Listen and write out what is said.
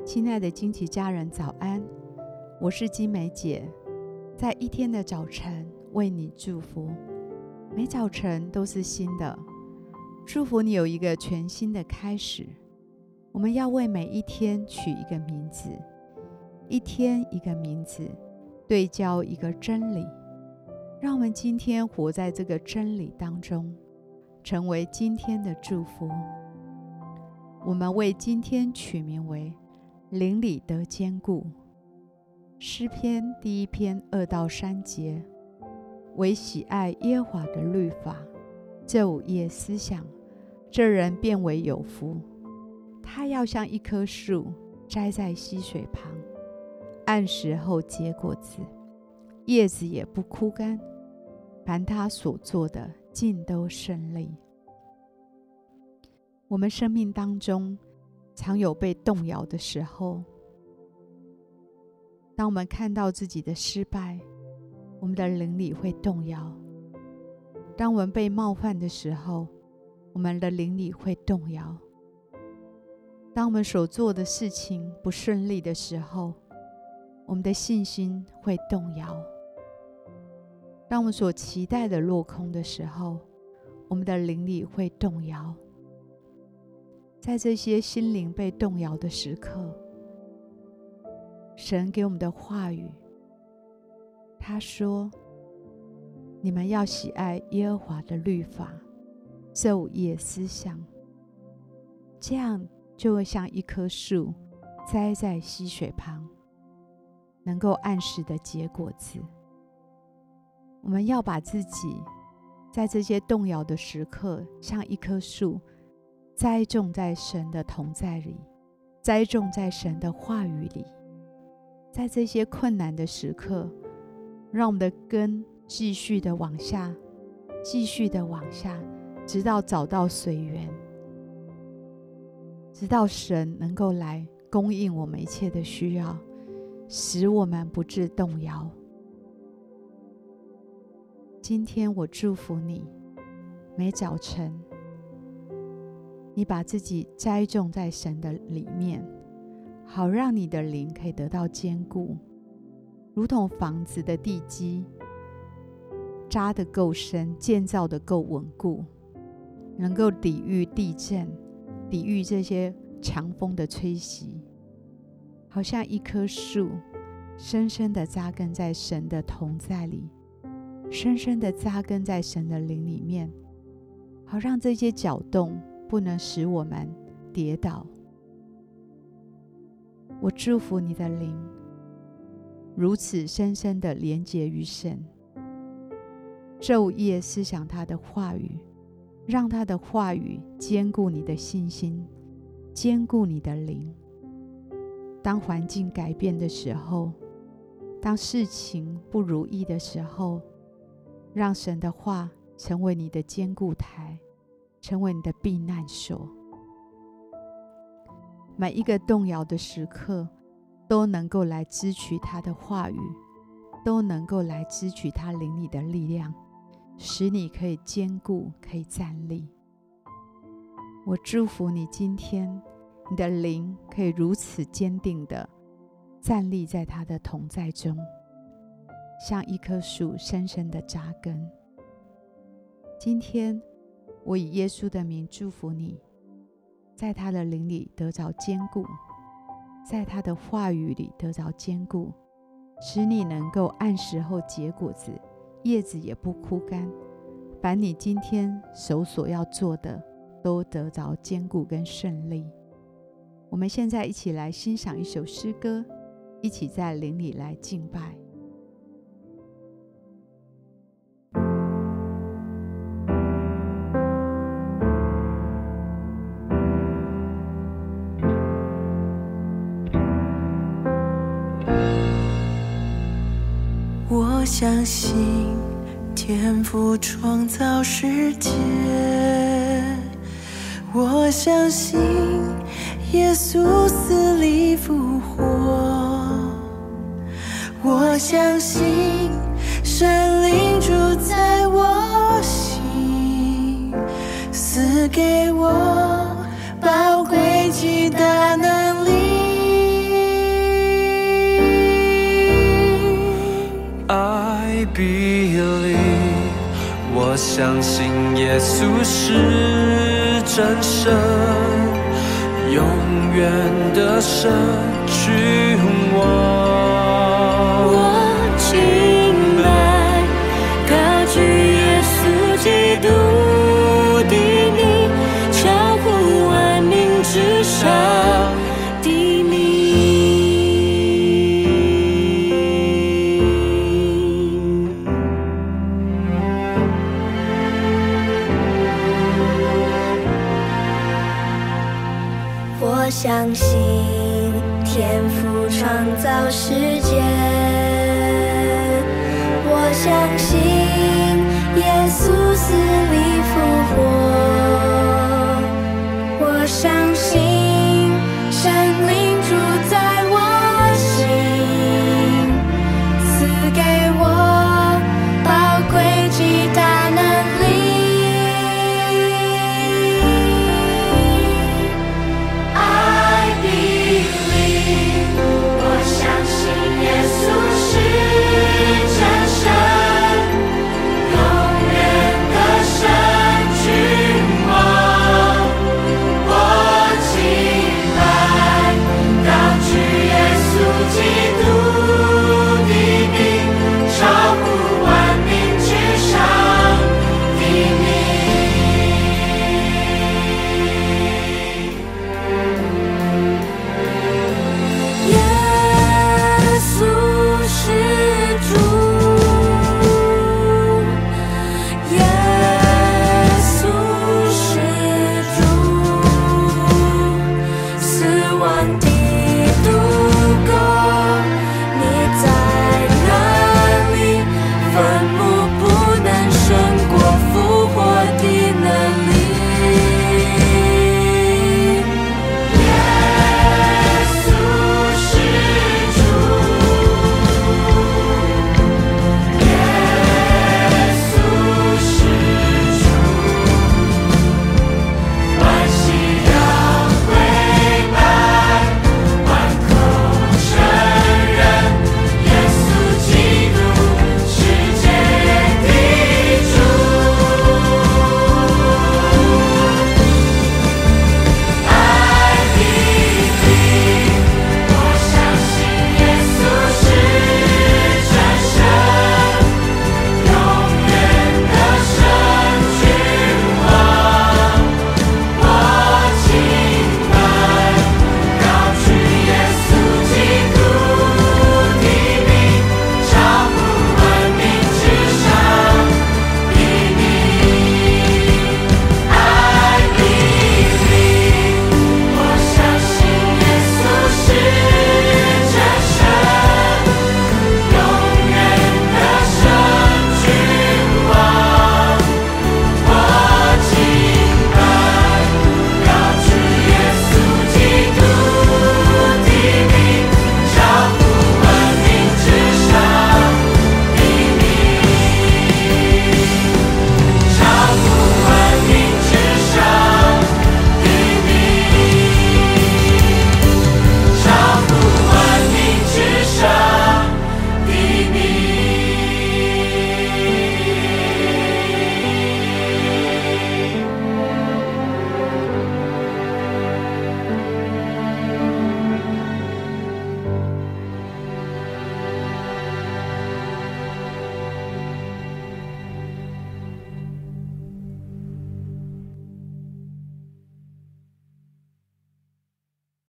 亲爱的金奇家人早安，我是金梅姐，在一天的早晨为你祝福，每早晨都是新的，祝福你有一个全新的开始。我们要为每一天取一个名字，一天一个名字，对焦一个真理，让我们今天活在这个真理当中，成为今天的祝福。我们为今天取名为灵里得坚固。诗篇第1篇2到3节，唯喜爱耶和华的律法，昼午夜思想，这人便为有福。他要像一棵树栽在溪水旁，按时候结果子，叶子也不枯干，凡他所做的尽都顺利。我们生命当中常有被动摇的时候，当我们看到自己的失败，我们的灵里会动摇；当我们被冒犯的时候，我们的灵里会动摇；当我们所做的事情不顺利的时候，我们的信心会动摇；当我们所期待的落空的时候，我们的灵里会动摇。在这些心灵被动摇的时刻，神给我们的话语，他说，你们要喜爱耶和华的律法，昼午夜思想，这样就会像一棵树栽在溪水旁，能够按时的结果子。我们要把自己在这些动摇的时刻，像一棵树栽种在神的同在里，栽种在神的话语里。在这些困难的时刻，让我们的根继续的往下，继续的往下，直到找到水源，直到神能够来供应我们一切的需要，使我们不致动摇。今天我祝福你，每早晨你把自己栽种在神的里面，好让你的灵可以得到坚固，如同房子的地基扎得够深，建造得够稳固，能够抵御地震，抵御这些强风的吹袭，好像一棵树深深地扎根在神的同在里，深深地扎根在神的灵里面，好让这些搅动不能使我们跌倒。我祝福你的灵如此深深地连结于神，昼夜思想他的话语，让他的话语坚固你的信心，坚固你的灵。当环境改变的时候，当事情不如意的时候，让神的话成为你的坚固台，成为你的避难所。每一个动摇的时刻，都能够来支取他的话语，都能够来支取他灵里的力量，使你可以坚固，可以站立。我祝福你今天，你的灵可以如此坚定地站立在他的同在中，像一棵树深深地扎根。今天我以耶稣的名祝福你，在他的灵里得着坚固，在他的话语里得着坚固，使你能够按时候结果子，叶子也不枯干。凡你今天手所要做的，都得着坚固跟顺利。我们现在一起来欣赏一首诗歌，一起在灵里来敬拜。 我相信天父创造世界，我相信耶稣死里复活，我相信神灵住在我心，赐给我宝贵极大能力。 我相信耶稣是真神，永远的神君王。 我敬拜高举耶稣基督的名，超乎万民之上的名。我相信天父创造世界，我相信耶稣死里复活，我相信